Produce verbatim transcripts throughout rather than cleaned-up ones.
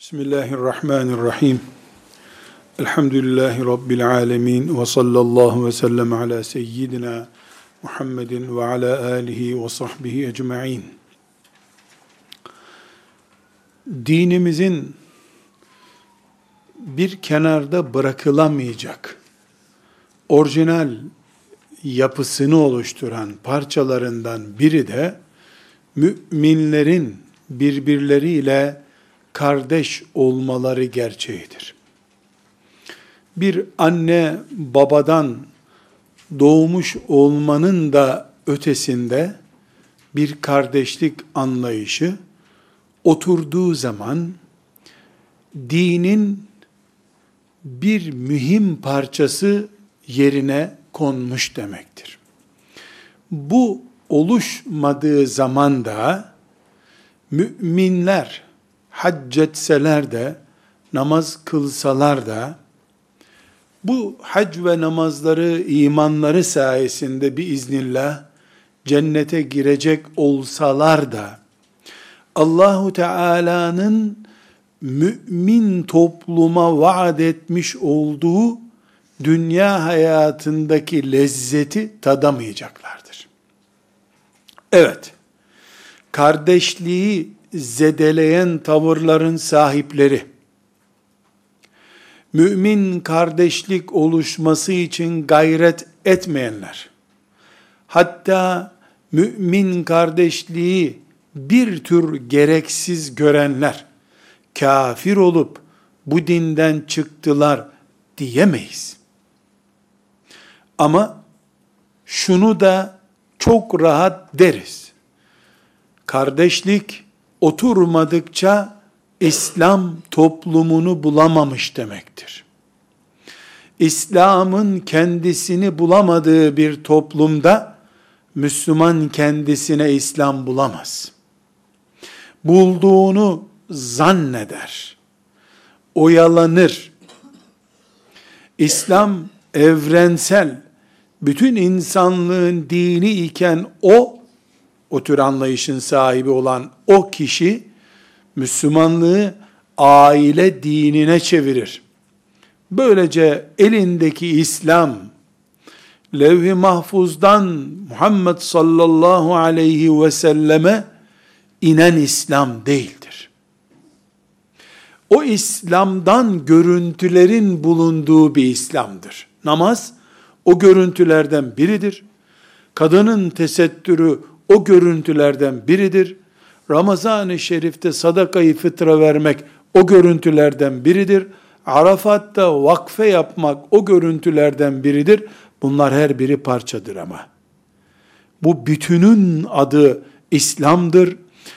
Bismillahirrahmanirrahim. Elhamdülillahi Rabbil alemin. Ve sallallahu ve sellem ala seyyidina Muhammedin ve ala alihi ve sahbihi ecma'in. Dinimizin bir kenarda bırakılamayacak, orijinal yapısını oluşturan parçalarından biri de müminlerin birbirleriyle kardeş olmaları gerçeğidir. Bir anne babadan doğmuş olmanın da ötesinde bir kardeşlik anlayışı oturduğu zaman dinin bir mühim parçası yerine konmuş demektir. Bu oluşmadığı zaman da müminler hac etseler de, namaz kılsalar da, bu hac ve namazları, imanları sayesinde biiznillah cennete girecek olsalar da, Allahu Teala'nın mümin topluma vaat etmiş olduğu dünya hayatındaki lezzeti tadamayacaklardır. Evet, kardeşliği zedeleyen tavırların sahipleri, mümin kardeşlik oluşması için gayret etmeyenler, hatta mümin kardeşliği bir tür gereksiz görenler, kafir olup bu dinden çıktılar diyemeyiz. Ama şunu da çok rahat deriz: kardeşlik oturmadıkça İslam toplumunu bulamamış demektir. İslam'ın kendisini bulamadığı bir toplumda Müslüman kendisine İslam bulamaz. Bulduğunu zanneder, oyalanır. İslam evrensel, bütün insanlığın dini iken o, o tür anlayışın sahibi olan o kişi, Müslümanlığı aile dinine çevirir. Böylece elindeki İslam, levh-i mahfuzdan Muhammed sallallahu aleyhi ve selleme inen İslam değildir. O İslam'dan görüntülerin bulunduğu bir İslam'dır. Namaz o görüntülerden biridir. Kadının tesettürü o görüntülerden biridir. Ramazan-ı Şerif'te sadakayı fıtra vermek o görüntülerden biridir. Arafat'ta vakfe yapmak o görüntülerden biridir. Bunlar her biri parçadır ama. Bu bütünün adı İslam'dır.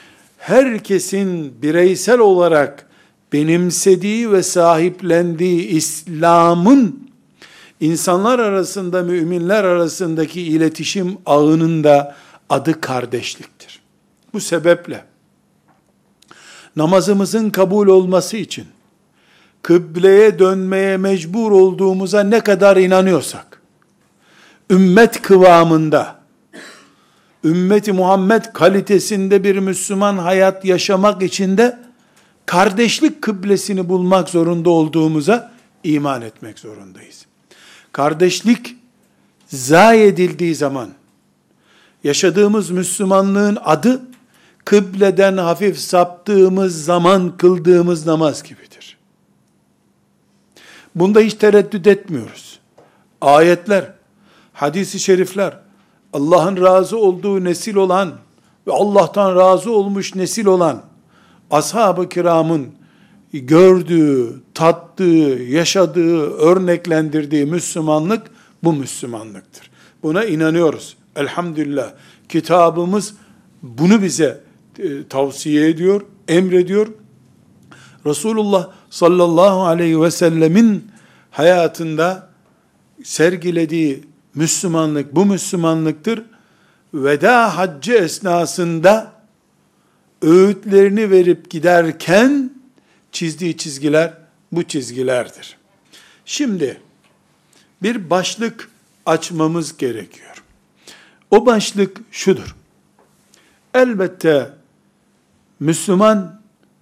Herkesin bireysel olarak benimsediği ve sahiplendiği İslam'ın insanlar arasında, müminler arasındaki iletişim ağının da adı kardeşliktir. Bu sebeple namazımızın kabul olması için kıbleye dönmeye mecbur olduğumuza ne kadar inanıyorsak, ümmet kıvamında, ümmeti Muhammed kalitesinde bir Müslüman hayat yaşamak için de kardeşlik kıblesini bulmak zorunda olduğumuza iman etmek zorundayız. Kardeşlik zayi edildiği zaman, yaşadığımız Müslümanlığın adı, kıbleden hafif saptığımız zaman kıldığımız namaz gibidir. Bunda hiç tereddüt etmiyoruz. Ayetler, hadis-i şerifler, Allah'ın razı olduğu nesil olan ve Allah'tan razı olmuş nesil olan ashab-ı kiramın gördüğü, tattığı, yaşadığı, örneklendirdiği Müslümanlık bu Müslümanlıktır. Buna inanıyoruz. Elhamdülillah. Kitabımız bunu bize e, tavsiye ediyor, emrediyor. Resulullah sallallahu aleyhi ve sellemin hayatında sergilediği Müslümanlık bu Müslümanlıktır. Veda haccı esnasında öğütlerini verip giderken çizdiği çizgiler bu çizgilerdir. Şimdi bir başlık açmamız gerekiyor. O başlık şudur: elbette Müslüman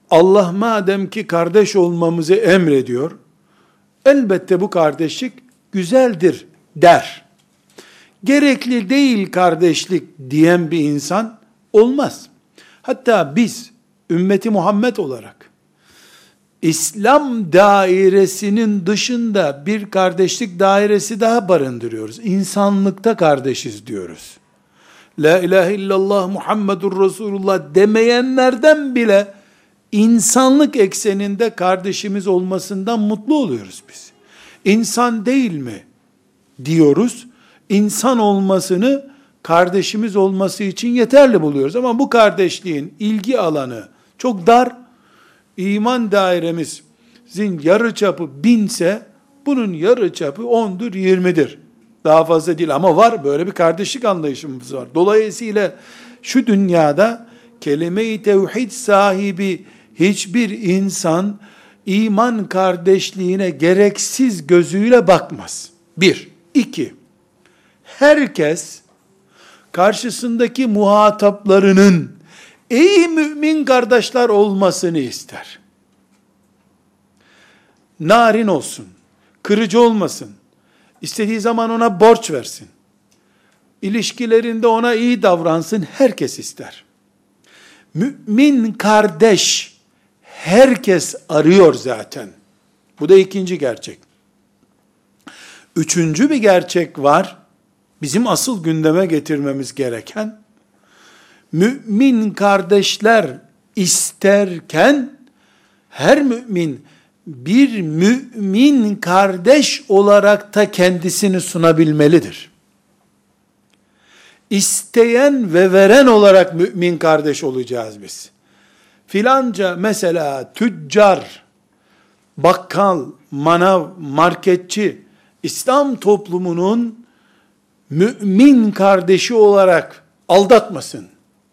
Allah madem ki kardeş olmamızı emrediyor, elbette bu kardeşlik güzeldir der. Gerekli değil kardeşlik diyen bir insan olmaz. Hatta biz ümmeti Muhammed olarak İslam dairesinin dışında bir kardeşlik dairesi daha barındırıyoruz. İnsanlıkta kardeşiz diyoruz. La ilahe illallah Muhammedur Resulullah demeyenlerden bile insanlık ekseninde kardeşimiz olmasından mutlu oluyoruz biz. İnsan değil mi diyoruz. İnsan olmasını kardeşimiz olması için yeterli buluyoruz. Ama bu kardeşliğin ilgi alanı çok dar. İman dairemizin yarıçapı binse bunun yarıçapı ondur, yirmidir. Daha fazla değil ama var, böyle bir kardeşlik anlayışımız var. Dolayısıyla şu dünyada kelime-i tevhid sahibi hiçbir insan iman kardeşliğine gereksiz gözüyle bakmaz. Bir. İki. Herkes karşısındaki muhataplarının ey mümin kardeşler olmasını ister. Narin olsun, kırıcı olmasın, istediği zaman ona borç versin, ilişkilerinde ona iyi davransın, herkes ister. Mümin kardeş herkes arıyor zaten. Bu da ikinci gerçek. Üçüncü bir gerçek var, bizim asıl gündeme getirmemiz gereken, mümin kardeşler isterken, her mümin, bir mümin kardeş olarak da kendisini sunabilmelidir. İsteyen ve veren olarak mümin kardeş olacağız biz. Filanca mesela tüccar, bakkal, manav, marketçi, İslam toplumunun mümin kardeşi olarak aldatmasın,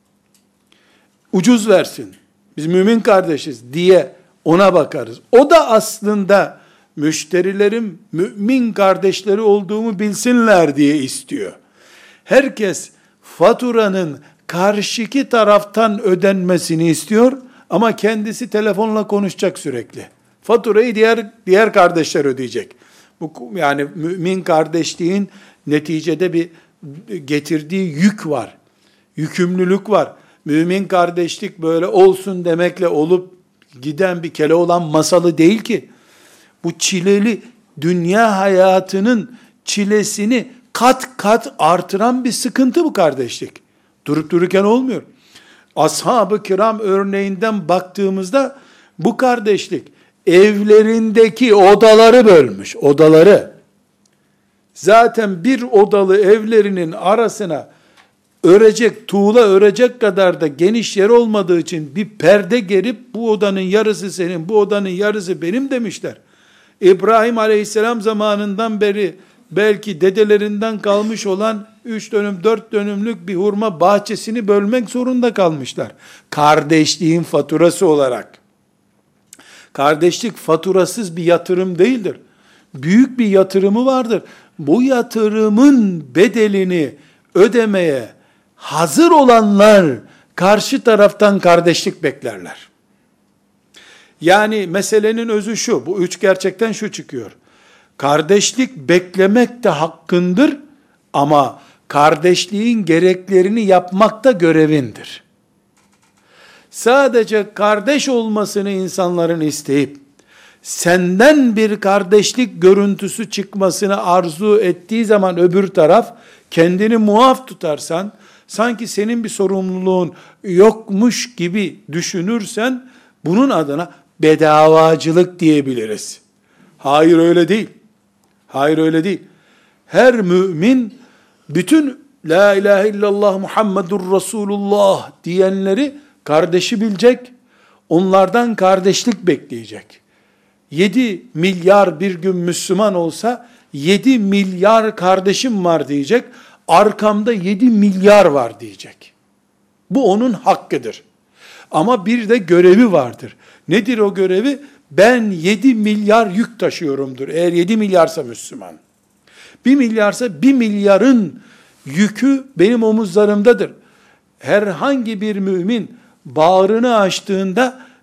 ucuz versin, biz mümin kardeşiz diye ona bakarız. O da aslında müşterilerim mümin kardeşleri olduğumu bilsinler diye istiyor. Herkes faturanın karşıki taraftan ödenmesini istiyor ama kendisi telefonla konuşacak sürekli. Faturayı diğer diğer kardeşler ödeyecek. Bu yani mümin kardeşliğin neticede bir getirdiği yük var. Yükümlülük var. Mümin kardeşlik böyle olsun demekle olup giden bir Keloğlan masalı değil ki. Bu çileli dünya hayatının çilesini kat kat artıran bir sıkıntı bu kardeşlik. Durup dururken olmuyor. Ashab-ı kiram örneğinden baktığımızda bu kardeşlik evlerindeki odaları bölmüş. Odaları. Zaten bir odalı evlerinin arasına örecek, tuğla örecek kadar da geniş yer olmadığı için bir perde gerip bu odanın yarısı senin, bu odanın yarısı benim demişler. İbrahim Aleyhisselam zamanından beri belki dedelerinden kalmış olan üç dönüm, dört dönümlük bir hurma bahçesini bölmek zorunda kalmışlar. Kardeşliğin faturası olarak. Kardeşlik faturasız bir yatırım değildir. Büyük bir yatırımı vardır. Bu yatırımın bedelini ödemeye hazır olanlar karşı taraftan kardeşlik beklerler. Yani meselenin özü şu, bu üç gerçekten şu çıkıyor. Kardeşlik beklemek de hakkındır ama kardeşliğin gereklerini yapmak da görevindir. Sadece kardeş olmasını insanların isteyip, senden bir kardeşlik görüntüsü çıkmasını arzu ettiği zaman öbür taraf, kendini muaf tutarsan, sanki senin bir sorumluluğun yokmuş gibi düşünürsen, bunun adına bedavacılık diyebiliriz. Hayır öyle değil. Hayır öyle değil. Her mümin, bütün La ilahe illallah Muhammedur Resulullah diyenleri kardeşi bilecek, onlardan kardeşlik bekleyecek. yedi milyar bir gün Müslüman olsa, yedi milyar kardeşim var diyecek, arkamda yedi milyar var diyecek. Bu onun hakkıdır. Ama bir de görevi vardır. Nedir o görevi? Ben yedi milyar yük taşıyorumdur. Eğer yedi milyarsa Müslüman. bir milyarsa bir milyarın yükü benim omuzlarımdadır. Herhangi bir mümin bağrını açtığında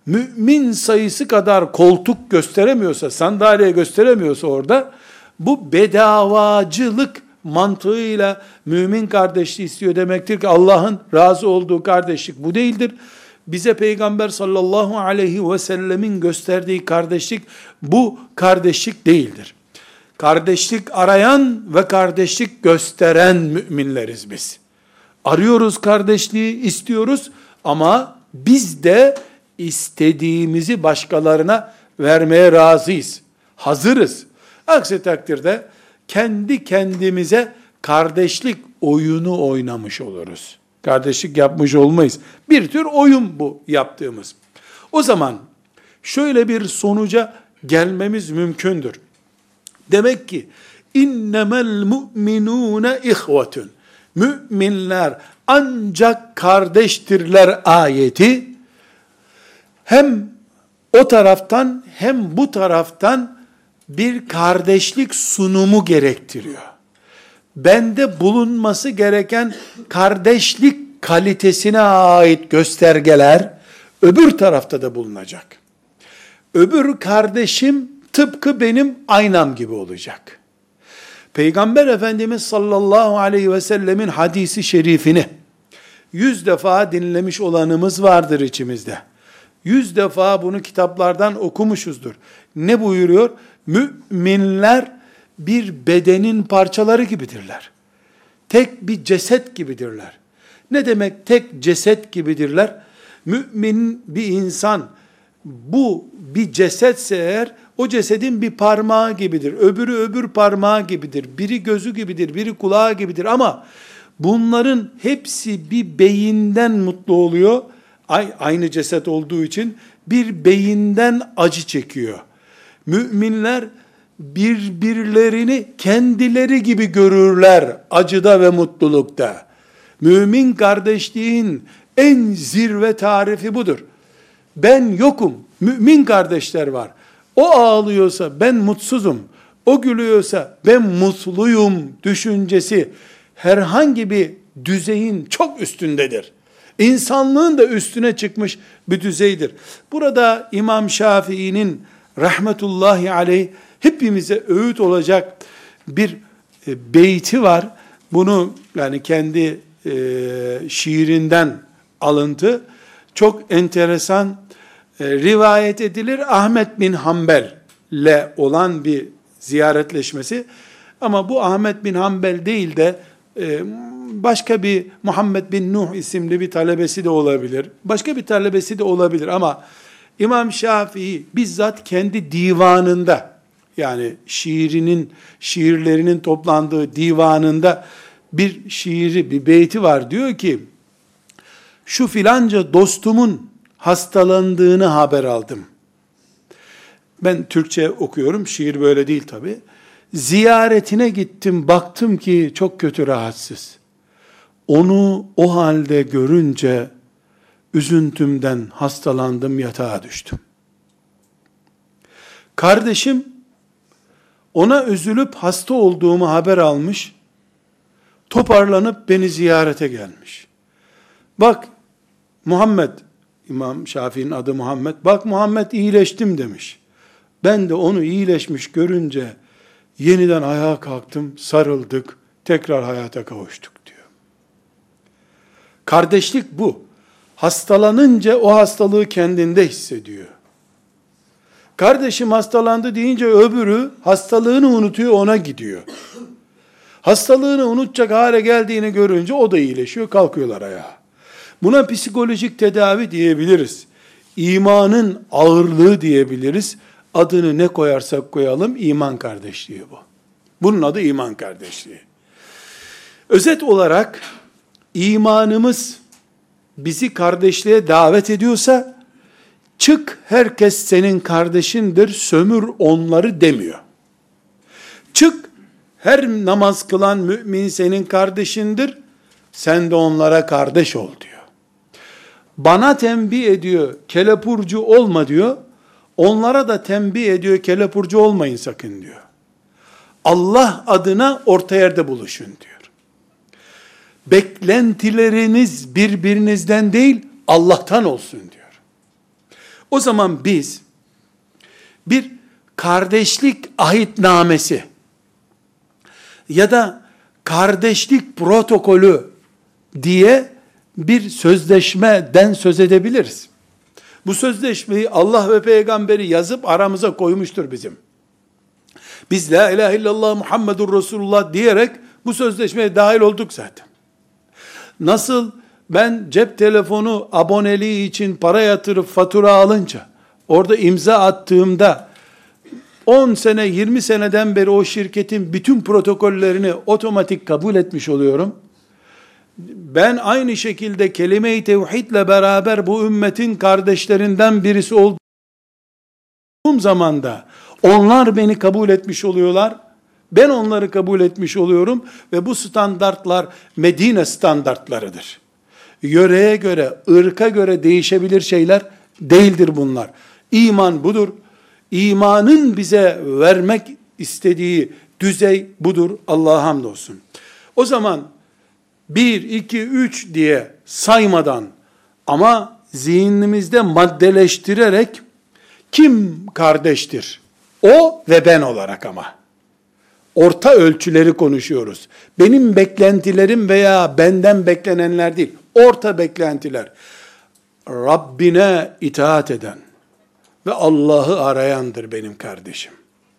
mümin sayısı kadar koltuk gösteremiyorsa, sandalye gösteremiyorsa orada, bu bedavacılık mantığıyla mümin kardeşliği istiyor demektir ki Allah'ın razı olduğu kardeşlik bu değildir. Bize Peygamber sallallahu aleyhi ve sellemin gösterdiği kardeşlik bu kardeşlik değildir. Kardeşlik arayan ve kardeşlik gösteren müminleriz biz. Arıyoruz kardeşliği, istiyoruz ama biz de istediğimizi başkalarına vermeye razıyız. Hazırız. Aksi takdirde kendi kendimize kardeşlik oyunu oynamış oluruz. Kardeşlik yapmış olmayız. Bir tür oyun bu yaptığımız. O zaman şöyle bir sonuca gelmemiz mümkündür. Demek ki innemel mu'minune ihvetun. Müminler ancak kardeştirler ayeti hem o taraftan hem bu taraftan bir kardeşlik sunumu gerektiriyor. Bende bulunması gereken kardeşlik kalitesine ait göstergeler öbür tarafta da bulunacak. Öbür kardeşim tıpkı benim aynam gibi olacak. Peygamber Efendimiz sallallahu aleyhi ve sellemin hadisi şerifini yüz defa dinlemiş olanımız vardır içimizde. Yüz defa bunu kitaplardan okumuşuzdur. Ne buyuruyor? Müminler bir bedenin parçaları gibidirler. Tek bir ceset gibidirler. Ne demek tek ceset gibidirler? Mümin bir insan, bu bir cesetse eğer, o cesedin bir parmağı gibidir. Öbürü öbür parmağı gibidir. Biri gözü gibidir, biri kulağı gibidir. Ama bunların hepsi bir beyinden mutlu oluyor. Aynı ceset olduğu için bir beyinden acı çekiyor. Müminler birbirlerini kendileri gibi görürler acıda ve mutlulukta. Mümin kardeşliğin en zirve tarifi budur. Ben yokum, mümin kardeşler var. O ağlıyorsa ben mutsuzum, o gülüyorsa ben mutluyum düşüncesi herhangi bir düzeyin çok üstündedir. İnsanlığın da üstüne çıkmış bir düzeydir. Burada İmam Şafii'nin rahmetullahi aleyh hepimize öğüt olacak bir e, beyti var. Bunu yani kendi e, şiirinden alıntı. Çok enteresan e, rivayet edilir. Ahmet bin Hanbel'le olan bir ziyaretleşmesi. Ama bu Ahmet bin Hanbel değil de e, başka bir Muhammed bin Nuh isimli bir talebesi de olabilir. Başka bir talebesi de olabilir ama İmam Şafii bizzat kendi divanında, yani şiirinin, şiirlerinin toplandığı divanında bir şiiri, bir beyti var. Diyor ki, şu filanca dostumun hastalandığını haber aldım. Ben Türkçe okuyorum, şiir böyle değil tabi. Ziyaretine gittim, baktım ki çok kötü rahatsız. Onu o halde görünce üzüntümden hastalandım, yatağa düştüm. Kardeşim ona üzülüp hasta olduğumu haber almış, toparlanıp beni ziyarete gelmiş. Bak Muhammed, İmam Şafii'nin adı Muhammed, bak Muhammed iyileştim demiş. Ben de onu iyileşmiş görünce yeniden ayağa kalktım, sarıldık, tekrar hayata kavuştuk diyor. Kardeşlik bu. Hastalanınca o hastalığı kendinde hissediyor. Kardeşim hastalandı deyince öbürü hastalığını unutuyor, ona gidiyor. Hastalığını unutacak hale geldiğini görünce o da iyileşiyor, kalkıyorlar ayağa. Buna psikolojik tedavi diyebiliriz. İmanın ağırlığı diyebiliriz. Adını ne koyarsak koyalım iman kardeşliği bu. Bunun adı iman kardeşliği. Özet olarak imanımız bizi kardeşliğe davet ediyorsa, çık herkes senin kardeşindir, sömür onları demiyor. Çık her namaz kılan mümin senin kardeşindir, sen de onlara kardeş ol diyor. Bana tembih ediyor, kelepurcu olma diyor, onlara da tembih ediyor, kelepurcu olmayın sakın diyor. Allah adına orta yerde buluşun diyor. Beklentileriniz birbirinizden değil, Allah'tan olsun diyor. O zaman biz bir kardeşlik ahitnamesi ya da kardeşlik protokolü diye bir sözleşmeden söz edebiliriz. Bu sözleşmeyi Allah ve peygamberi yazıp aramıza koymuştur bizim. Biz la ilahe illallah Muhammedur Resulullah diyerek bu sözleşmeye dahil olduk zaten. Nasıl ben cep telefonu aboneliği için para yatırıp fatura alınca, orada imza attığımda on sene yirmi seneden beri o şirketin bütün protokollerini otomatik kabul etmiş oluyorum. Ben aynı şekilde kelime-i tevhidle beraber bu ümmetin kardeşlerinden birisi olduğum zamanda onlar beni kabul etmiş oluyorlar. Ben onları kabul etmiş oluyorum ve bu standartlar Medine standartlarıdır. Yöreye göre, ırka göre değişebilir şeyler değildir bunlar. İman budur. İmanın bize vermek istediği düzey budur. Allah'a hamdolsun. O zaman bir, iki, üç diye saymadan ama zihnimizde maddeleştirerek kim kardeştir? O ve ben olarak ama. Orta ölçüleri konuşuyoruz. Benim beklentilerim veya benden beklenenler değil. Orta beklentiler. Rabbine itaat eden ve Allah'ı arayandır benim kardeşim.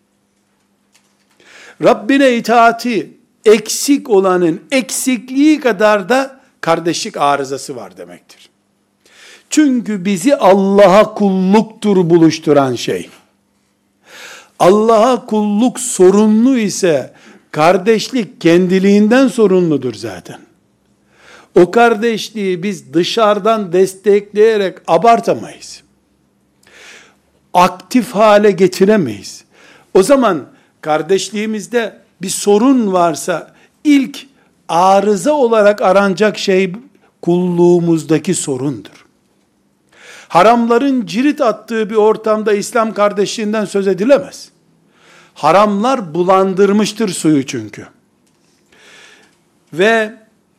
Rabbine itaati eksik olanın eksikliği kadar da kardeşlik arızası var demektir. Çünkü bizi Allah'a kulluktur buluşturan şey. Allah'a kulluk sorunlu ise kardeşlik kendiliğinden sorunludur zaten. O kardeşliği biz dışarıdan destekleyerek abartamayız. Aktif hale getiremeyiz. O zaman kardeşliğimizde bir sorun varsa ilk arıza olarak aranacak şey kulluğumuzdaki sorundur. Haramların cirit attığı bir ortamda İslam kardeşliğinden söz edilemez. Haramlar bulandırmıştır suyu çünkü. Ve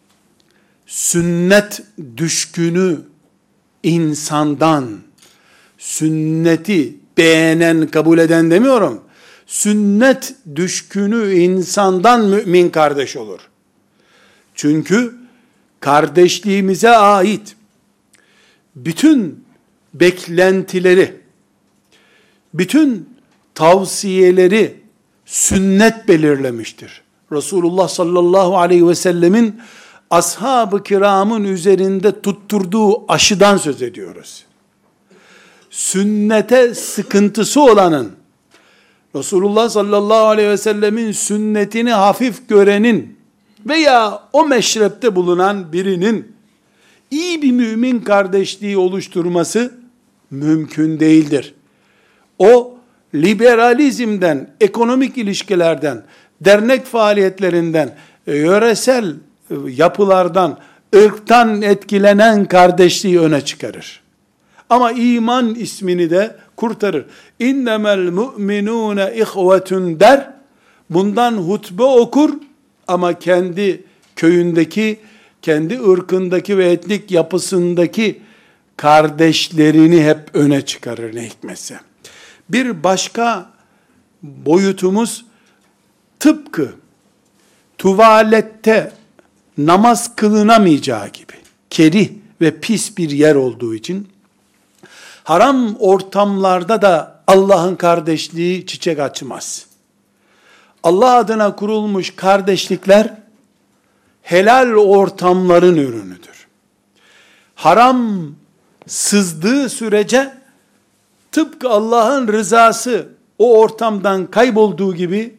sünnet düşkünü insandan, sünneti beğenen, kabul eden demiyorum. Sünnet düşkünü insandan mümin kardeş olur. Çünkü kardeşliğimize ait bütün beklentileri, bütün tavsiyeleri sünnet belirlemiştir. Resulullah sallallahu aleyhi ve sellemin ashab-ı kiramın üzerinde tutturduğu aşıdan söz ediyoruz. Sünnete sıkıntısı olanın, Resulullah sallallahu aleyhi ve sellemin sünnetini hafif görenin veya o meşrepte bulunan birinin iyi bir mümin kardeşliği oluşturması mümkün değildir. O liberalizmden, ekonomik ilişkilerden, dernek faaliyetlerinden, yöresel yapılardan, ırktan etkilenen kardeşliği öne çıkarır. Ama iman ismini de kurtarır. İnnemel mu'minûne ihvetun der, bundan hutbe okur ama kendi köyündeki, kendi ırkındaki ve etnik yapısındaki kardeşlerini hep öne çıkarır ne hikmetse. Bir başka boyutumuz tıpkı tuvalette namaz kılınamayacağı gibi kerih ve pis bir yer olduğu için haram ortamlarda da Allah'ın kardeşliği çiçek açmaz. Allah adına kurulmuş kardeşlikler helal ortamların ürünüdür. Haram sızdığı sürece tıpkı Allah'ın rızası o ortamdan kaybolduğu gibi,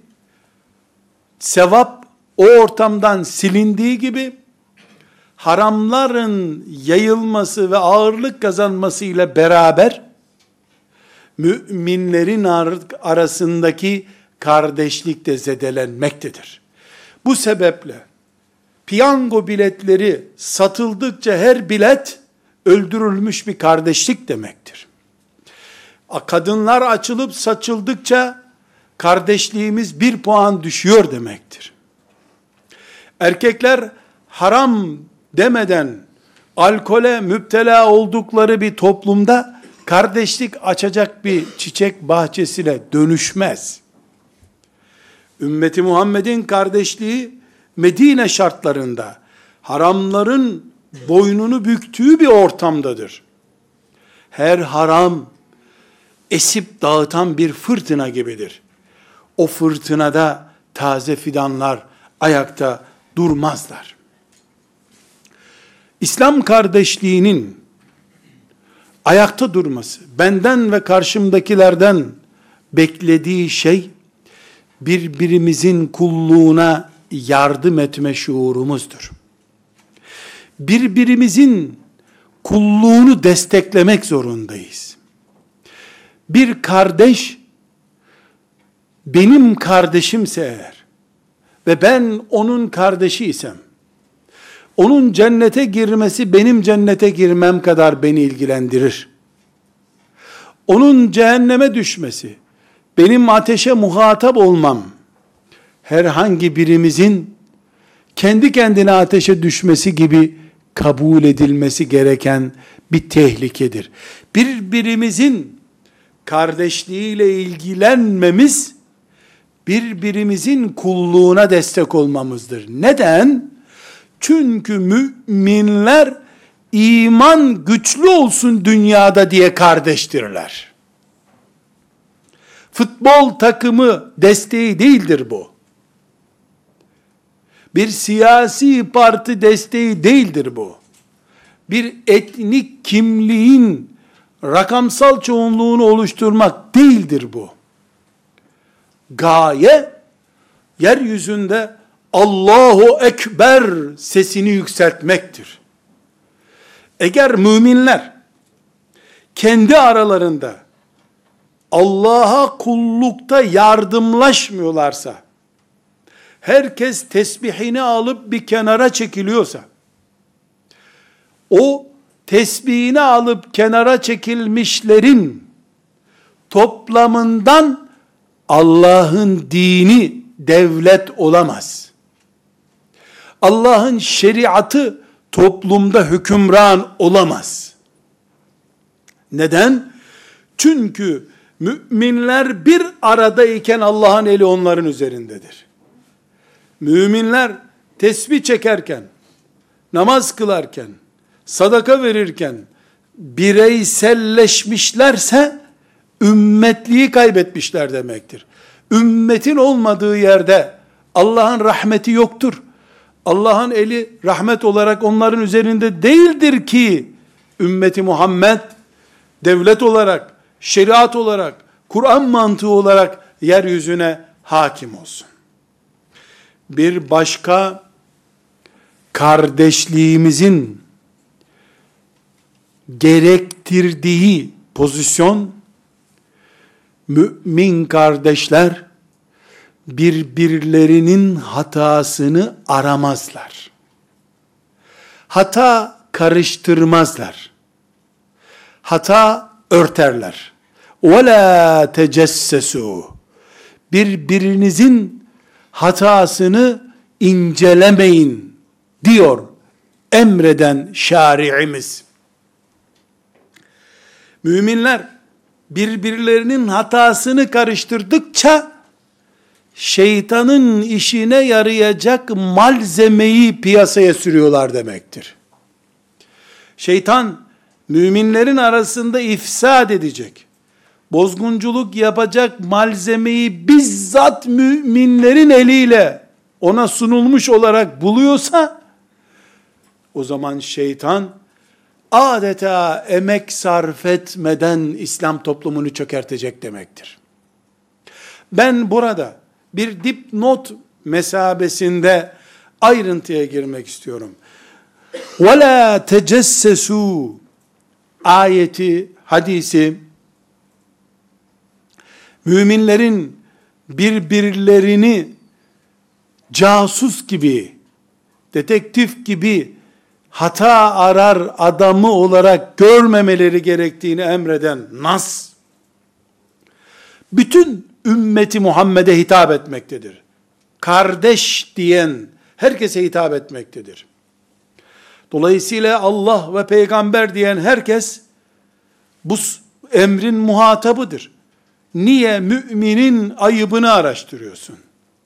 sevap o ortamdan silindiği gibi, haramların yayılması ve ağırlık kazanması ile beraber, müminlerin arasındaki kardeşlik de zedelenmektedir. Bu sebeple, piyango biletleri satıldıkça her bilet, öldürülmüş bir kardeşlik demektir. Kadınlar açılıp saçıldıkça kardeşliğimiz bir puan düşüyor demektir. Erkekler haram demeden alkole müptela oldukları bir toplumda kardeşlik açacak bir çiçek bahçesine dönüşmez. Ümmeti Muhammed'in kardeşliği Medine şartlarında haramların boynunu büktüğü bir ortamdadır. Her haram esip dağıtan bir fırtına gibidir. O fırtınada taze fidanlar ayakta durmazlar. İslam kardeşliğinin ayakta durması, benden ve karşımdakilerden beklediği şey, birbirimizin kulluğuna yardım etme şuurumuzdur. Birbirimizin kulluğunu desteklemek zorundayız. Bir kardeş, benim kardeşimse eğer ve ben onun kardeşi isem, onun cennete girmesi benim cennete girmem kadar beni ilgilendirir. Onun cehenneme düşmesi, benim ateşe muhatap olmam, herhangi birimizin kendi kendine ateşe düşmesi gibi kabul edilmesi gereken bir tehlikedir. Birbirimizin kardeşliğiyle ilgilenmemiz, birbirimizin kulluğuna destek olmamızdır. Neden? Çünkü müminler iman güçlü olsun dünyada diye kardeştirler. Futbol takımı desteği değildir bu. Bir siyasi parti desteği değildir bu. Bir etnik kimliğin rakamsal çoğunluğunu oluşturmak değildir bu. Gaye, yeryüzünde Allahu Ekber sesini yükseltmektir. Eğer müminler kendi aralarında Allah'a kullukta yardımlaşmıyorlarsa, herkes tesbihini alıp bir kenara çekiliyorsa, o tesbihini alıp kenara çekilmişlerin toplamından Allah'ın dini devlet olamaz. Allah'ın şeriatı toplumda hükümran olamaz. Neden? Çünkü müminler bir aradayken Allah'ın eli onların üzerindedir. Müminler tesbih çekerken, namaz kılarken, sadaka verirken bireyselleşmişlerse ümmetliği kaybetmişler demektir. Ümmetin olmadığı yerde Allah'ın rahmeti yoktur. Allah'ın eli rahmet olarak onların üzerinde değildir ki ümmeti Muhammed devlet olarak, şeriat olarak, Kur'an mantığı olarak yeryüzüne hakim olsun. Bir başka kardeşliğimizin gerektirdiği pozisyon, mümin kardeşler birbirlerinin hatasını aramazlar. Hata karıştırmazlar. Hata örterler. وَلَا تَجَسَّسُوا Birbirinizin hatasını incelemeyin diyor emreden şari'imiz. Müminler birbirlerinin hatasını karıştırdıkça şeytanın işine yarayacak malzemeyi piyasaya sürüyorlar demektir. Şeytan müminlerin arasında ifsad edecek, bozgunculuk yapacak malzemeyi bizzat müminlerin eliyle ona sunulmuş olarak buluyorsa, o zaman şeytan adeta emek sarf etmeden İslam toplumunu çökertecek demektir. Ben burada bir dipnot mesabesinde ayrıntıya girmek istiyorum. وَلَا تَجَسَّسُوا ayeti, hadisi, müminlerin birbirlerini casus gibi, detektif gibi hata arar adamı olarak görmemeleri gerektiğini emreden nas, bütün ümmeti Muhammed'e hitap etmektedir. Kardeş diyen herkese hitap etmektedir. Dolayısıyla Allah ve peygamber diyen herkes bu emrin muhatabıdır. Niye müminin ayıbını araştırıyorsun?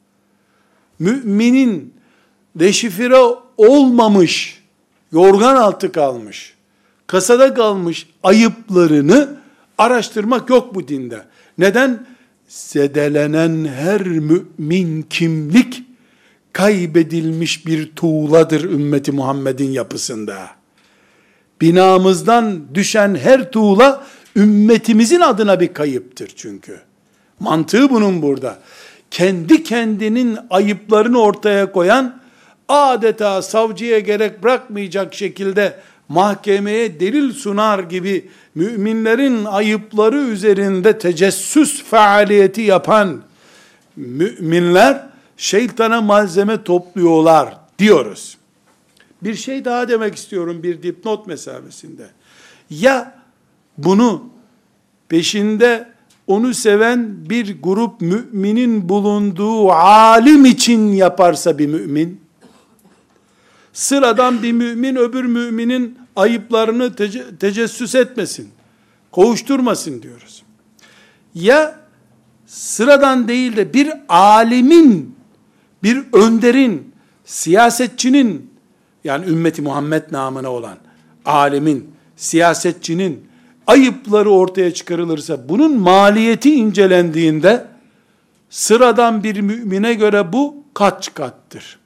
Müminin deşifre olmamış, yorgan altı kalmış, kasada kalmış ayıplarını araştırmak yok bu dinde. Neden? Zedelenen her mümin kimlik kaybedilmiş bir tuğladır ümmeti Muhammed'in yapısında. Binamızdan düşen her tuğla ümmetimizin adına bir kayıptır çünkü. Mantığı bunun burada. Kendi kendinin ayıplarını ortaya koyan, adeta savcıya gerek bırakmayacak şekilde mahkemeye delil sunar gibi müminlerin ayıpları üzerinde tecessüs faaliyeti yapan müminler şeytana malzeme topluyorlar diyoruz. Bir şey daha demek istiyorum bir dipnot mesabesinde. Ya bunu peşinde onu seven bir grup müminin bulunduğu alim için yaparsa bir mümin, sıradan bir mümin öbür müminin ayıplarını tece- tecessüs etmesin, kovuşturmasın diyoruz. Ya sıradan değil de bir alimin, bir önderin, siyasetçinin, yani ümmeti Muhammed namına olan alimin, siyasetçinin ayıpları ortaya çıkarılırsa, bunun maliyeti incelendiğinde sıradan bir mümine göre bu kaç kattır?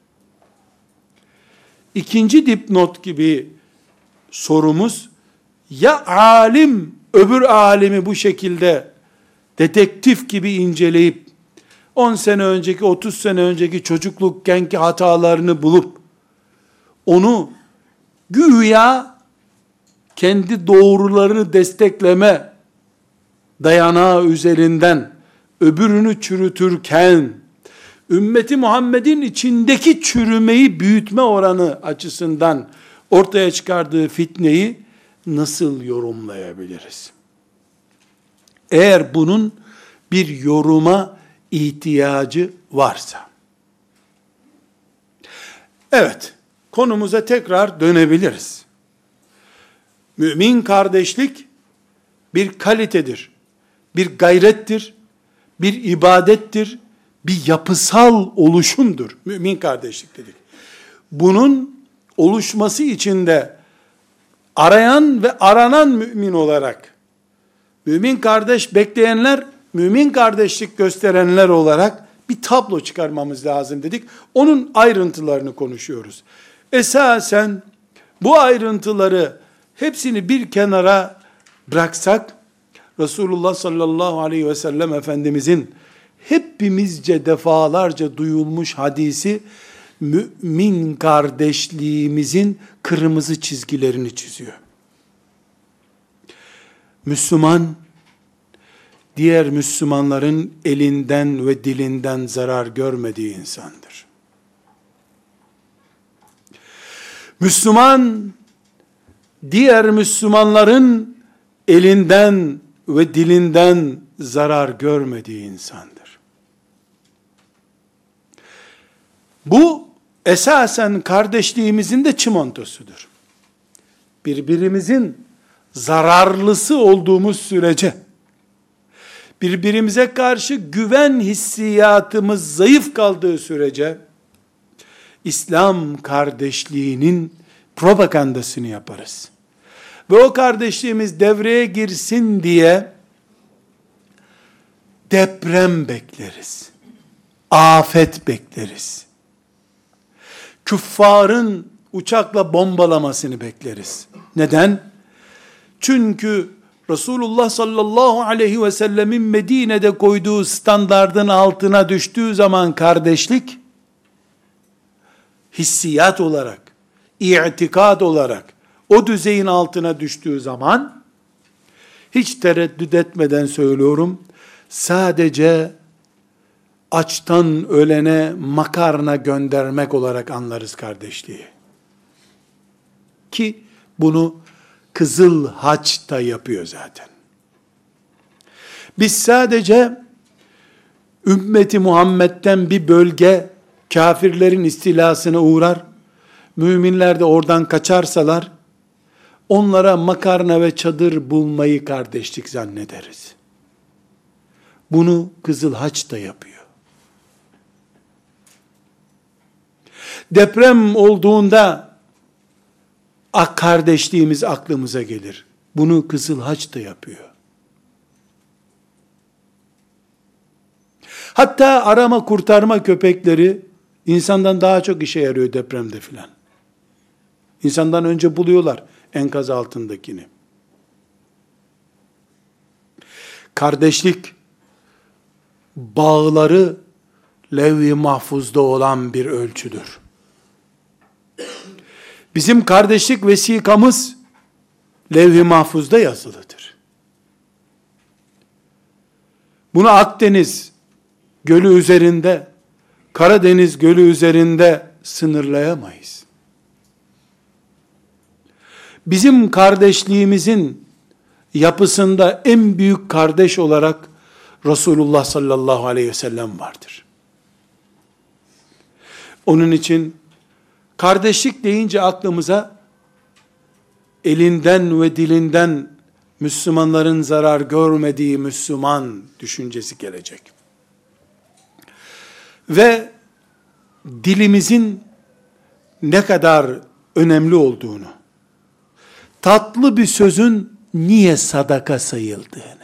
İkinci dipnot gibi sorumuz, ya alim öbür alimi bu şekilde detektif gibi inceleyip on sene önceki, otuz sene önceki çocuklukkenki hatalarını bulup onu güya kendi doğrularını destekleme dayanağı üzerinden öbürünü çürütürken ümmeti Muhammed'in içindeki çürümeyi büyütme oranı açısından ortaya çıkardığı fitneyi nasıl yorumlayabiliriz? Eğer bunun bir yoruma ihtiyacı varsa. Evet, konumuza tekrar dönebiliriz. Mümin kardeşlik bir kalitedir, bir gayrettir, bir ibadettir, bir yapısal oluşumdur. Mümin kardeşlik dedik. Bunun oluşması için de arayan ve aranan mümin olarak, mümin kardeş bekleyenler, mümin kardeşlik gösterenler olarak bir tablo çıkarmamız lazım dedik. Onun ayrıntılarını konuşuyoruz. Esasen bu ayrıntıları hepsini bir kenara bıraksak, Resulullah sallallahu aleyhi ve sellem Efendimizin hepimizce defalarca duyulmuş hadisi, mümin kardeşliğimizin kırmızı çizgilerini çiziyor. Müslüman, diğer Müslümanların elinden ve dilinden zarar görmediği insandır. Müslüman, diğer Müslümanların elinden ve dilinden zarar görmediği insandır. Bu esasen kardeşliğimizin de çimentosudur. Birbirimizin zararlısı olduğumuz sürece, birbirimize karşı güven hissiyatımız zayıf kaldığı sürece, İslam kardeşliğinin propagandasını yaparız. Ve o kardeşliğimiz devreye girsin diye deprem bekleriz. Afet bekleriz. Küffarın uçakla bombalamasını bekleriz. Neden? Çünkü Resulullah sallallahu aleyhi ve sellemin Medine'de koyduğu standardın altına düştüğü zaman kardeşlik, hissiyat olarak, i'tikad olarak, o düzeyin altına düştüğü zaman, hiç tereddüt etmeden söylüyorum, sadece açtan ölene makarna göndermek olarak anlarız kardeşliği. Ki bunu Kızıl Haç da yapıyor zaten. Biz sadece ümmeti Muhammed'den bir bölge kafirlerin istilasına uğrar, müminler de oradan kaçarsalar, onlara makarna ve çadır bulmayı kardeşlik zannederiz. Bunu Kızıl Haç da yapıyor. Deprem olduğunda ak kardeşliğimiz aklımıza gelir. Bunu Kızıl Haç da yapıyor. Hatta arama kurtarma köpekleri insandan daha çok işe yarıyor depremde filan. İnsandan önce buluyorlar enkaz altındakini. Kardeşlik bağları levh-i mahfuzda olan bir ölçüdür. Bizim kardeşlik vesikamız levh-i mahfuzda yazılıdır. Bunu Akdeniz Gölü üzerinde, Karadeniz Gölü üzerinde sınırlayamayız. Bizim kardeşliğimizin yapısında en büyük kardeş olarak Resulullah sallallahu aleyhi ve sellem vardır. Onun için kardeşlik deyince aklımıza elinden ve dilinden Müslümanların zarar görmediği Müslüman düşüncesi gelecek. Ve dilimizin ne kadar önemli olduğunu, tatlı bir sözün niye sadaka sayıldığını,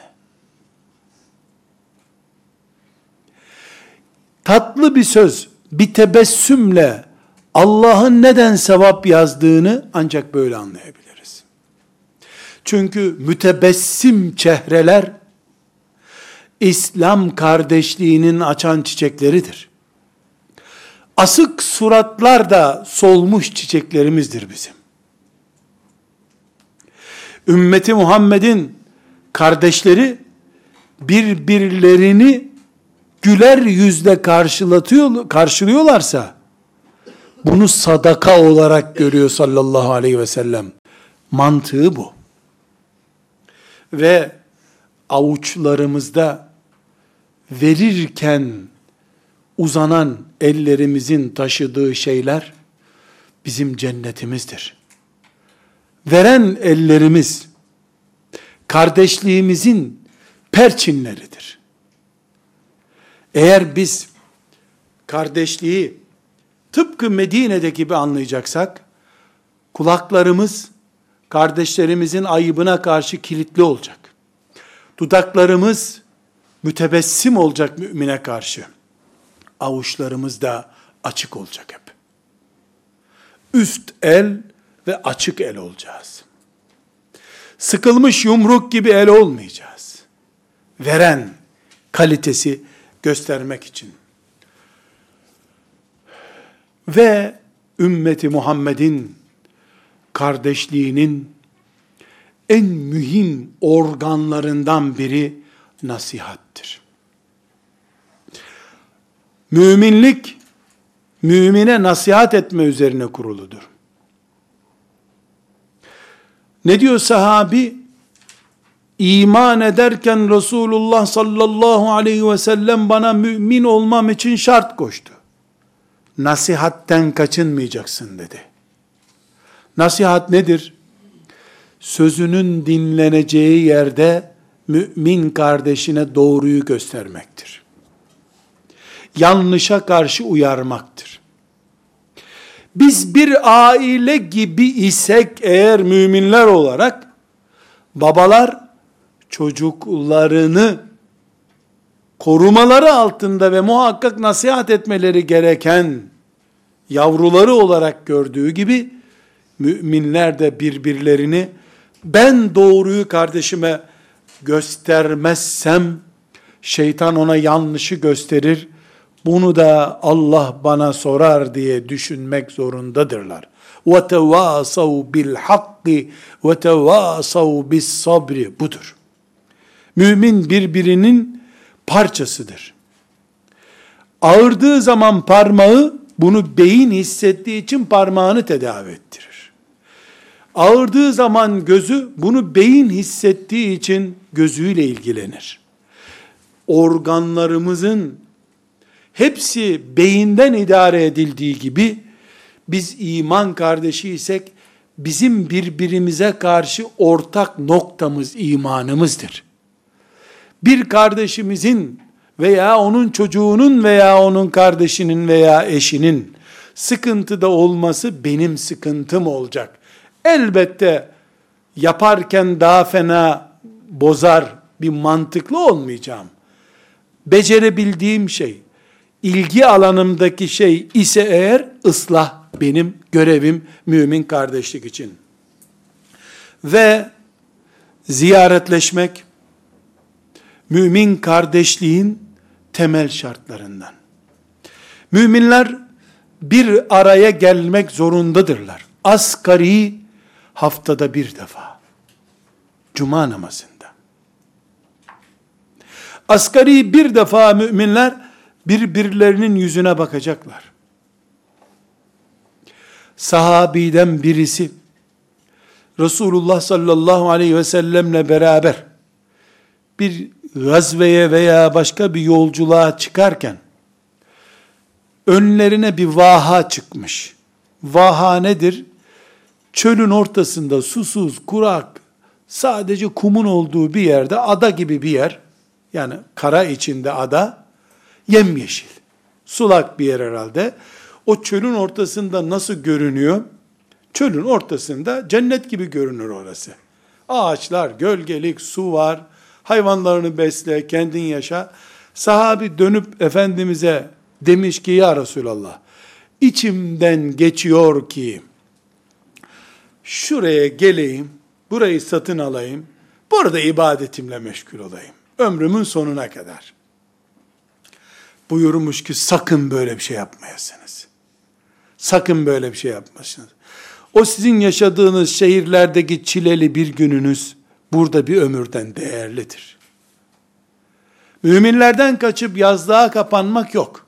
tatlı bir söz, bir tebessümle Allah'ın neden sevap yazdığını ancak böyle anlayabiliriz. Çünkü mütebessim çehreler, İslam kardeşliğinin açan çiçekleridir. Asık suratlar da solmuş çiçeklerimizdir bizim. Ümmeti Muhammed'in kardeşleri birbirlerini güler yüzle karşılatıyor, karşılıyorlarsa bunu sadaka olarak görüyor sallallahu aleyhi ve sellem. Mantığı bu. Ve avuçlarımızda verirken uzanan ellerimizin taşıdığı şeyler bizim cennetimizdir. Veren ellerimiz kardeşliğimizin perçinleridir. Eğer biz kardeşliği tıpkı Medine'deki gibi anlayacaksak, kulaklarımız kardeşlerimizin ayıbına karşı kilitli olacak. Dudaklarımız mütebessim olacak mümine karşı. Avuçlarımız da açık olacak hep. Üst el ve açık el olacağız. Sıkılmış yumruk gibi el olmayacağız. Veren kalitesi göstermek için. Ve ümmeti Muhammed'in kardeşliğinin en mühim organlarından biri nasihattir. Müminlik, mümine nasihat etme üzerine kuruludur. Ne diyor sahabi? İman ederken Resulullah sallallahu aleyhi ve sellem bana mümin olmam için şart koştu. Nasihatten kaçınmayacaksın dedi. Nasihat nedir? Sözünün dinleneceği yerde mümin kardeşine doğruyu göstermektir. Yanlışa karşı uyarmaktır. Biz bir aile gibi isek eğer müminler olarak, babalar çocuklarını korumaları altında ve muhakkak nasihat etmeleri gereken yavruları olarak gördüğü gibi, müminler de birbirlerini, ben doğruyu kardeşime göstermezsem, şeytan ona yanlışı gösterir, bunu da Allah bana sorar diye düşünmek zorundadırlar. وَتَوَاصَوْا بِالْحَقِّ وَتَوَاصَوْا بِالصَّبْرِ budur. Mümin birbirinin parçasıdır. Ağırdığı zaman parmağı, bunu beyin hissettiği için parmağını tedavi ettirir. Ağırdığı zaman gözü, bunu beyin hissettiği için gözüyle ilgilenir. Organlarımızın hepsi beyinden idare edildiği gibi, biz iman kardeşiysek, bizim birbirimize karşı ortak noktamız imanımızdır. Bir kardeşimizin veya onun çocuğunun veya onun kardeşinin veya eşinin sıkıntıda olması benim sıkıntım olacak. Elbette yaparken daha fena bozar bir mantıklı olmayacağım. Becerebildiğim şey, ilgi alanımdaki şey ise eğer ıslah benim görevim mümin kardeşlik için. Ve ziyaretleşmek mümin kardeşliğin temel şartlarından. Müminler bir araya gelmek zorundadırlar. Asgari haftada bir defa. Cuma namazında. Asgari bir defa müminler birbirlerinin yüzüne bakacaklar. Sahabiden birisi Resulullah sallallahu aleyhi ve sellemle beraber bir gazveye veya başka bir yolculuğa çıkarken önlerine bir vaha çıkmış. Vaha nedir? Çölün ortasında susuz, kurak, sadece kumun olduğu bir yerde, ada gibi bir yer, yani kara içinde ada, yemyeşil, sulak bir yer herhalde. O çölün ortasında nasıl görünüyor? Çölün ortasında cennet gibi görünür orası. Ağaçlar, gölgelik, su var, hayvanlarını besle, kendin yaşa. Sahabi dönüp Efendimiz'e demiş ki, ya Resulallah, içimden geçiyor ki, şuraya geleyim, burayı satın alayım, burada ibadetimle meşgul olayım, ömrümün sonuna kadar. Buyurmuş ki, sakın böyle bir şey yapmayasınız. Sakın böyle bir şey yapmasınız. O sizin yaşadığınız şehirlerdeki çileli bir gününüz, burada bir ömürden değerlidir. Müminlerden kaçıp yazlığa kapanmak yok.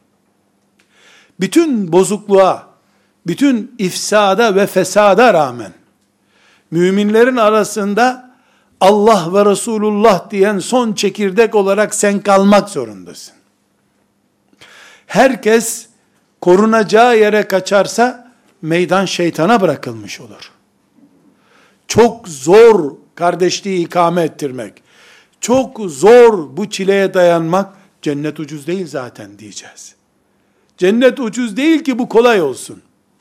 Bütün bozukluğa, bütün ifsada ve fesada rağmen, müminlerin arasında Allah ve Resulullah diyen son çekirdek olarak sen kalmak zorundasın. Herkes korunacağı yere kaçarsa, meydan şeytana bırakılmış olur. Çok zor kardeşliği ikame ettirmek, çok zor bu çileye dayanmak, cennet ucuz değil zaten diyeceğiz. Cennet ucuz değil ki bu kolay olsun.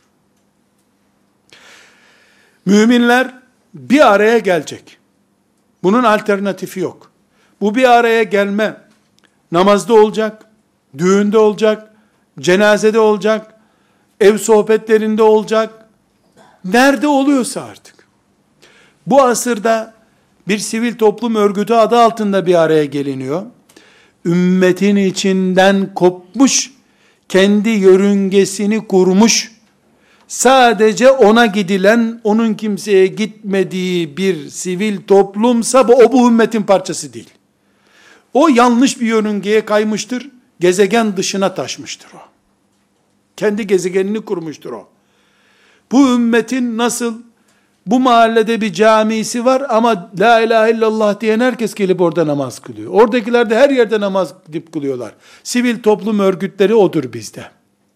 Müminler bir araya gelecek. Bunun alternatifi yok. Bu bir araya gelme, namazda olacak, düğünde olacak, cenazede olacak, ev sohbetlerinde olacak, nerede oluyorsa artık. Bu asırda bir sivil toplum örgütü adı altında bir araya geliniyor. Ümmetin içinden kopmuş, kendi yörüngesini kurmuş, sadece ona gidilen, onun kimseye gitmediği bir sivil toplumsa, bu, o bu ümmetin parçası değil. O yanlış bir yörüngeye kaymıştır, gezegen dışına taşmıştır o. Kendi gezegenini kurmuştur o. Bu ümmetin nasıl, bu mahallede bir camisi var ama la ilahe illallah diyen herkes gelip orada namaz kılıyor. Oradakiler de her yerde namaz gidip kılıyorlar. Sivil toplum örgütleri odur bizde.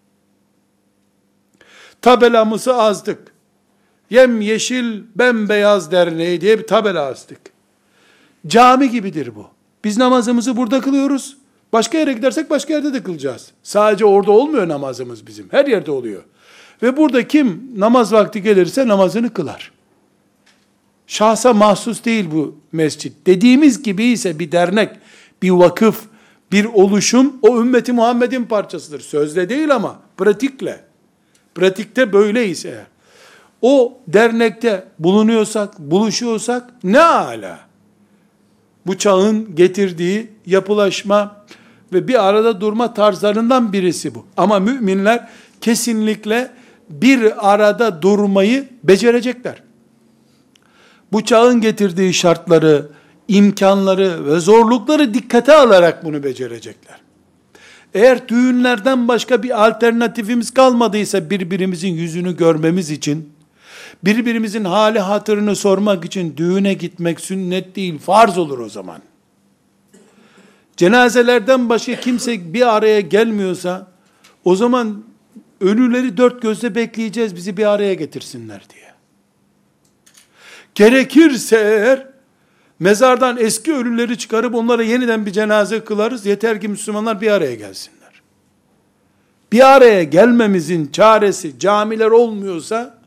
Tabelamızı azdık. Yem yeşil bembeyaz derneği diye bir tabela astık. Cami gibidir bu. Biz namazımızı burada kılıyoruz. Başka yere gidersek başka yerde de kılacağız. Sadece orada olmuyor namazımız bizim. Her yerde oluyor. Ve burada kim namaz vakti gelirse namazını kılar. Şahsa mahsus değil bu mescit. Dediğimiz gibi ise bir dernek, bir vakıf, bir oluşum o ümmeti Muhammed'in parçasıdır. Sözle değil ama pratikle. Pratikte böyleyiz eğer. O dernekte bulunuyorsak, buluşuyorsak ne âlâ. Bu çağın getirdiği yapılaşma ve bir arada durma tarzlarından birisi bu. Ama müminler kesinlikle bir arada durmayı becerecekler. Bu çağın getirdiği şartları, imkanları ve zorlukları dikkate alarak bunu becerecekler. Eğer düğünlerden başka bir alternatifimiz kalmadıysa birbirimizin yüzünü görmemiz için, birbirimizin hali hatırını sormak için düğüne gitmek sünnet değil, farz olur o zaman. Cenazelerden başka kimse bir araya gelmiyorsa, o zaman ölüleri dört gözle bekleyeceğiz bizi bir araya getirsinler diye. Gerekirse eğer mezardan eski ölüleri çıkarıp onlara yeniden bir cenaze kılarız. Yeter ki Müslümanlar bir araya gelsinler. Bir araya gelmemizin çaresi camiler olmuyorsa,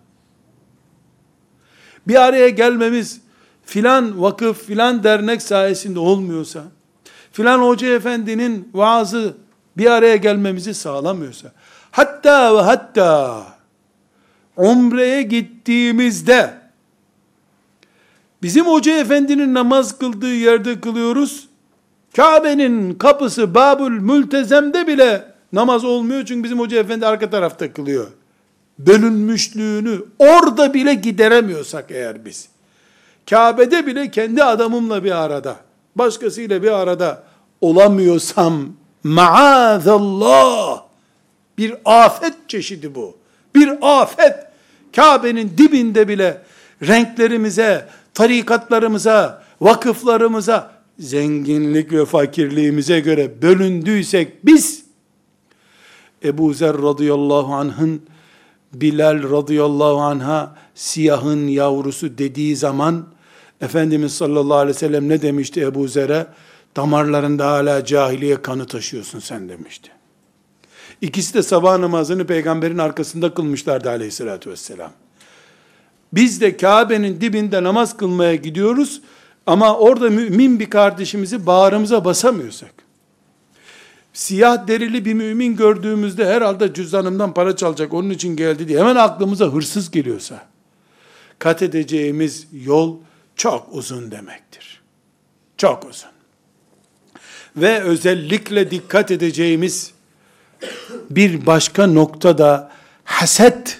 bir araya gelmemiz filan vakıf, filan dernek sayesinde olmuyorsa, filan hoca efendinin vaazı bir araya gelmemizi sağlamıyorsa, hatta ve hatta umreye gittiğimizde bizim hoca efendinin namaz kıldığı yerde kılıyoruz. Kabe'nin kapısı Babül Mültezem'de bile namaz olmuyor çünkü bizim hoca efendi arka tarafta kılıyor. Bölünmüşlüğünü orada bile gideremiyorsak eğer biz, Kabe'de bile kendi adamımla bir arada, başkasıyla bir arada olamıyorsam, maazallah, bir afet çeşidi bu. Bir afet. Kabe'nin dibinde bile renklerimize, tarikatlarımıza, vakıflarımıza, zenginlik ve fakirliğimize göre bölündüysek biz, Ebu Zer radıyallahu anh'ın Bilal radıyallahu anh'a siyahın yavrusu dediği zaman Efendimiz sallallahu aleyhi ve sellem ne demişti Ebu Zer'e? Damarlarında hala cahiliye kanı taşıyorsun sen demişti. İkisi de sabah namazını peygamberin arkasında kılmışlardı aleyhissalatü vesselam. Biz de Kabe'nin dibinde namaz kılmaya gidiyoruz ama orada mümin bir kardeşimizi bağrımıza basamıyorsak, siyah derili bir mümin gördüğümüzde herhalde cüzdanımdan para çalacak onun için geldi diye hemen aklımıza hırsız geliyorsa, kat edeceğimiz yol çok uzun demektir. Çok uzun. Ve özellikle dikkat edeceğimiz bir başka nokta da haset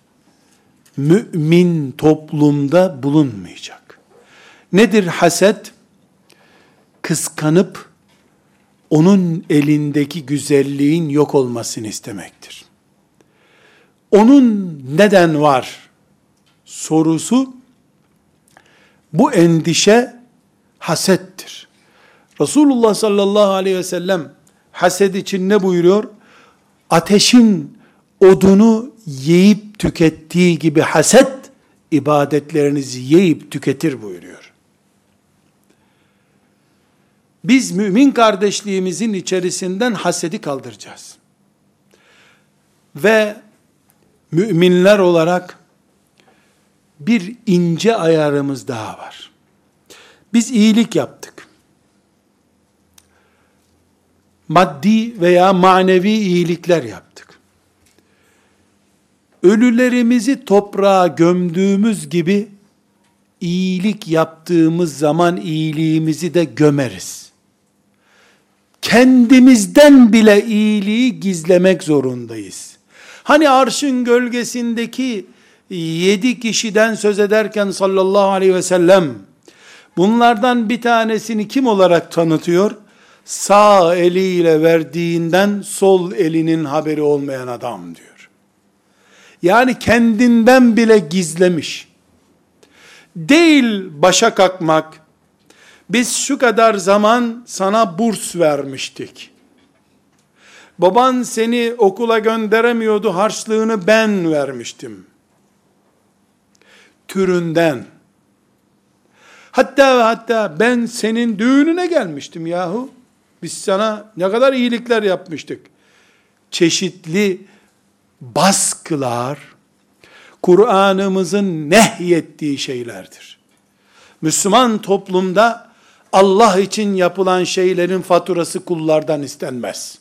mümin toplumda bulunmayacak. Nedir haset? Kıskanıp onun elindeki güzelliğin yok olmasını istemektir. Onun neden var sorusu, bu endişe hasettir. Resulullah sallallahu aleyhi ve sellem haset için ne buyuruyor? Ateşin odunu yiyip tükettiği gibi haset, ibadetlerinizi yiyip tüketir buyuruyor. Biz mümin kardeşliğimizin içerisinden hasedi kaldıracağız. Ve müminler olarak bir ince ayarımız daha var. Biz iyilik yaptık. Maddi veya manevi iyilikler yaptık. Ölülerimizi toprağa gömdüğümüz gibi iyilik yaptığımız zaman iyiliğimizi de gömeriz. Kendimizden bile iyiliği gizlemek zorundayız. Hani arşın gölgesindeki yedi kişiden söz ederken sallallahu aleyhi ve sellem, bunlardan bir tanesini kim olarak tanıtıyor? Sağ eliyle verdiğinden sol elinin haberi olmayan adam diyor. Yani kendinden bile gizlemiş. Değil başa kalkmak, biz şu kadar zaman sana burs vermiştik. Baban seni okula gönderemiyordu, harçlığını ben vermiştim. Türünden. Hatta ve hatta ben senin düğününe gelmiştim yahu. Biz sana ne kadar iyilikler yapmıştık. Çeşitli baskılar, Kur'an'ımızın nehyettiği şeylerdir. Müslüman toplumda Allah için yapılan şeylerin faturası kullardan istenmez.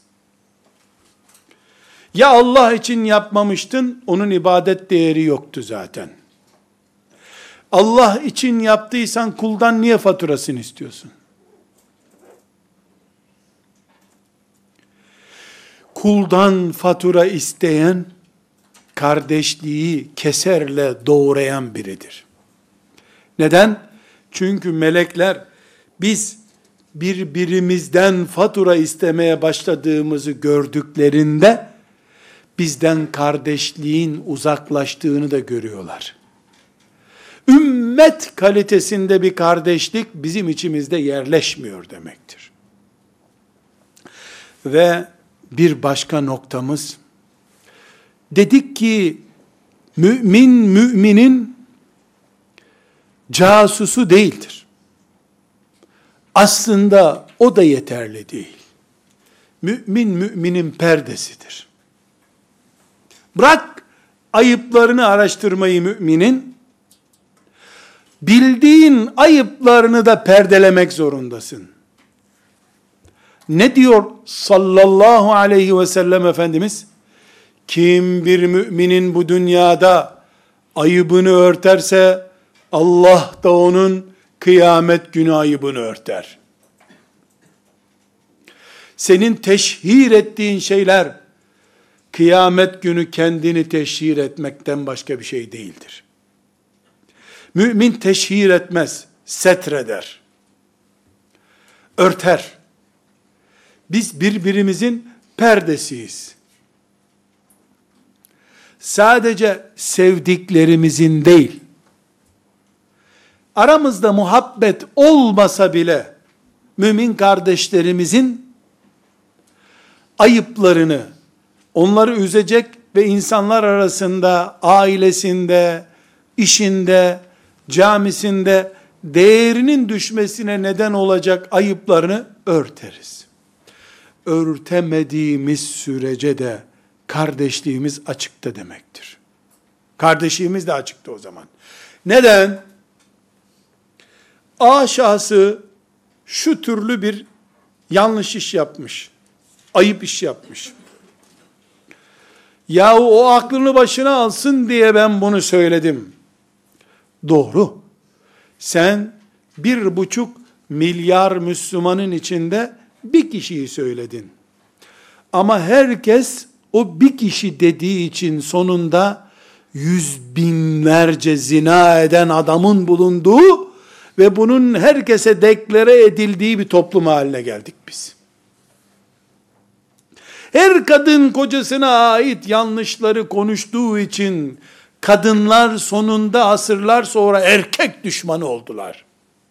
Ya Allah için yapmamıştın, onun ibadet değeri yoktu zaten. Allah için yaptıysan kuldan niye faturasını istiyorsun? Kuldan fatura isteyen, kardeşliği keserle doğrayan biridir. Neden? Çünkü melekler, biz birbirimizden fatura istemeye başladığımızı gördüklerinde, bizden kardeşliğin uzaklaştığını da görüyorlar. Ümmet kalitesinde bir kardeşlik bizim içimizde yerleşmiyor demektir. Ve bir başka noktamız, dedik ki mümin müminin casusu değildir. Aslında o da yeterli değil. Mümin müminin perdesidir. Bırak ayıplarını araştırmayı müminin, bildiğin ayıplarını da perdelemek zorundasın. Ne diyor sallallahu aleyhi ve sellem Efendimiz? Kim bir müminin bu dünyada ayıbını örterse, Allah da onun kıyamet günü ayıbını örter. Senin teşhir ettiğin şeyler, kıyamet günü kendini teşhir etmekten başka bir şey değildir. Mümin teşhir etmez, setreder, örter. Biz birbirimizin perdesiyiz. Sadece sevdiklerimizin değil, aramızda muhabbet olmasa bile, mümin kardeşlerimizin ayıplarını, onları üzecek ve insanlar arasında, ailesinde, işinde, camisinde değerinin düşmesine neden olacak ayıplarını örteriz. Örtemediğimiz sürece de kardeşliğimiz açıkta demektir. Kardeşliğimiz de açıkta o zaman. Neden? A şahsı şu türlü bir yanlış iş yapmış. Ayıp iş yapmış. Yahu o aklını başına alsın diye ben bunu söyledim. Doğru. Sen bir buçuk milyar Müslümanın içinde bir kişiyi söyledin. Ama herkes o bir kişi dediği için sonunda yüz binlerce zina eden adamın bulunduğu ve bunun herkese deklare edildiği bir toplum haline geldik biz. Her kadın kocasına ait yanlışları konuştuğu için kadınlar sonunda asırlar sonra erkek düşmanı oldular.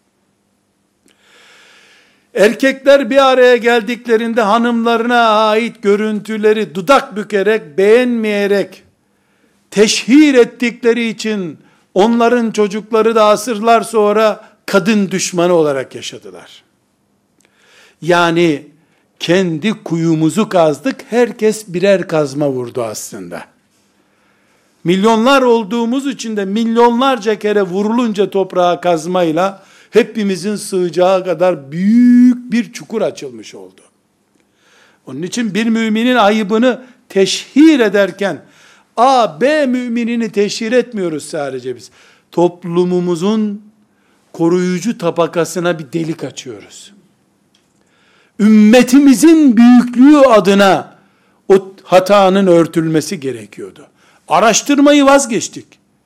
Erkekler bir araya geldiklerinde hanımlarına ait görüntüleri dudak bükerek, beğenmeyerek teşhir ettikleri için onların çocukları da asırlar sonra kadın düşmanı olarak yaşadılar. Yani kendi kuyumuzu kazdık, herkes birer kazma vurdu aslında. Milyonlar olduğumuz için de milyonlarca kere vurulunca toprağa kazmayla hepimizin sığacağı kadar büyük bir çukur açılmış oldu. Onun için bir müminin ayıbını teşhir ederken A, B müminini teşhir etmiyoruz sadece biz. Toplumumuzun koruyucu tabakasına bir delik açıyoruz. Ümmetimizin büyüklüğü adına o hatanın örtülmesi gerekiyordu. Araştırmayı vazgeçtik.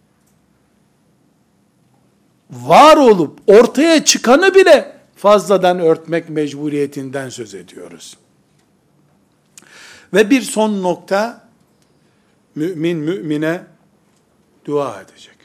Var olup ortaya çıkanı bile fazladan örtmek mecburiyetinden söz ediyoruz. Ve bir son nokta, mümin mümine dua edecek.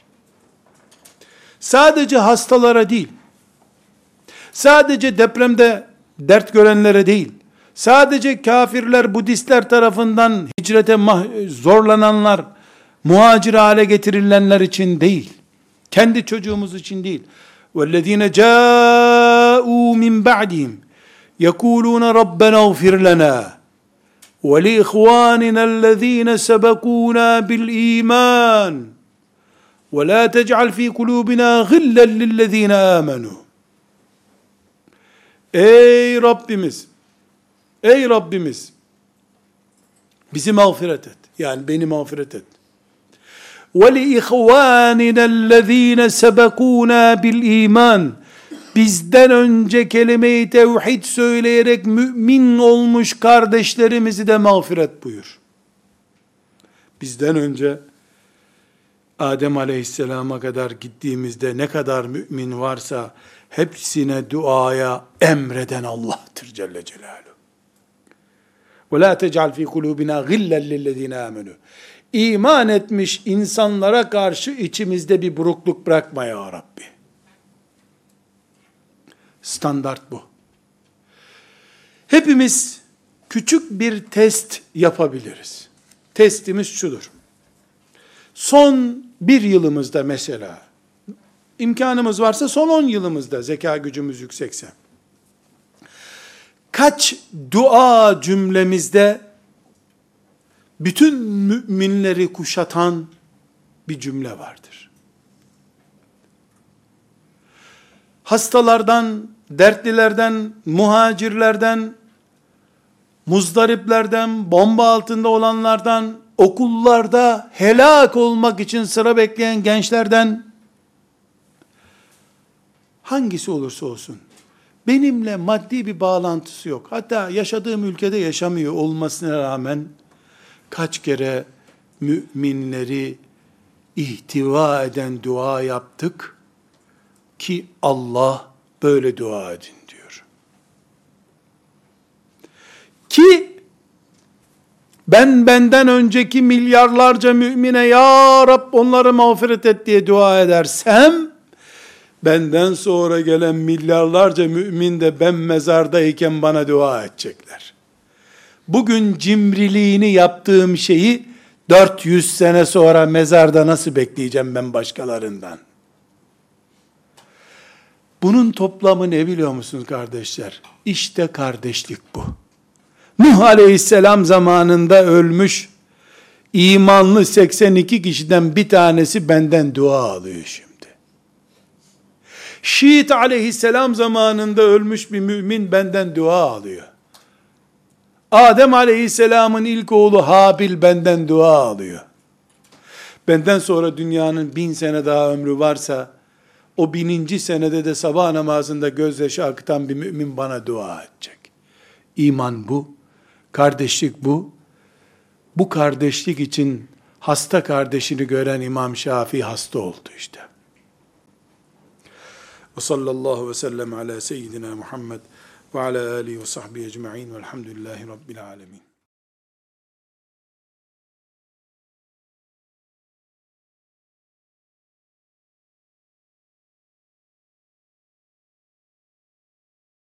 Sadece hastalara değil, sadece depremde dert görenlere değil, sadece kafirler, Budistler tarafından hicrete zorlananlar, muhacir hale getirilenler için değil, kendi çocuğumuz için değil. وَالَّذ۪ينَ جَاءُوا مِنْ بَعْدِهِمْ يَقُولُونَ رَبَّنَا اغْفِرْ لَنَا وَلِإِخْوَانِنَا الَّذ۪ينَ سَبَقُونَا بِالْا۪يمَانِ وَلَا تَجْعَلْ ف۪ي قُلُوبِنَا غِلًّا لِلَّذ۪ينَ آمَنُوا. Ey Rabbimiz, ey Rabbimiz, bizi mağfiret et. Yani beni mağfiret et. وَلِإِخْوَانِنَا الَّذ۪ينَ سَبَقُونَا بِالْا۪يمَانِ. Bizden önce kelime-i tevhid söyleyerek mümin olmuş kardeşlerimizi de mağfiret buyur. Bizden önce Adem aleyhisselama kadar gittiğimizde ne kadar mümin varsa hepsine duaya emreden Allah'tır Celle Celaluhu. وَلَا تَجْعَلْ ف۪ي قُلُوبِنَا غِلًّا لِلَّذ۪ينَ آمَنُوا. İman etmiş insanlara karşı içimizde bir burukluk bırakma ya Rabbi. Standart bu. Hepimiz küçük bir test yapabiliriz. Testimiz şudur. Son bir yılımızda mesela, imkanımız varsa son on yılımızda zeka gücümüz yüksekse. Kaç dua cümlemizde bütün müminleri kuşatan bir cümle vardır. Hastalardan, dertlilerden, muhacirlerden, muzdariplerden, bomba altında olanlardan, okullarda helak olmak için sıra bekleyen gençlerden, hangisi olursa olsun, benimle maddi bir bağlantısı yok. Hatta yaşadığım ülkede yaşamıyor olmasına rağmen, kaç kere müminleri ihtiva eden dua yaptık ki Allah böyle dua edin diyor. Ki ben benden önceki milyarlarca mümine ya Rab onları mağfiret et diye dua edersem, benden sonra gelen milyarlarca mümin de ben mezardayken bana dua edecekler. Bugün cimriliğini yaptığım şeyi dört yüz sene sonra mezarda nasıl bekleyeceğim ben başkalarından? Bunun toplamı ne biliyor musunuz kardeşler? İşte kardeşlik bu. Nuh aleyhisselam zamanında ölmüş imanlı seksen iki kişiden bir tanesi benden dua alıyor şimdi. Şiit aleyhisselam zamanında ölmüş bir mümin benden dua alıyor. Adem aleyhisselamın ilk oğlu Habil benden dua alıyor. Benden sonra dünyanın bin sene daha ömrü varsa, o bininci senede de sabah namazında gözyaşı akıtan bir mümin bana dua edecek. İman bu, kardeşlik bu. Bu kardeşlik için hasta kardeşini gören İmam Şafii hasta oldu işte. Ve sallallahu ve sellem ala seyyidina Muhammed ve ala alihi ve sahbihi ecma'in velhamdülillahi rabbil alemin.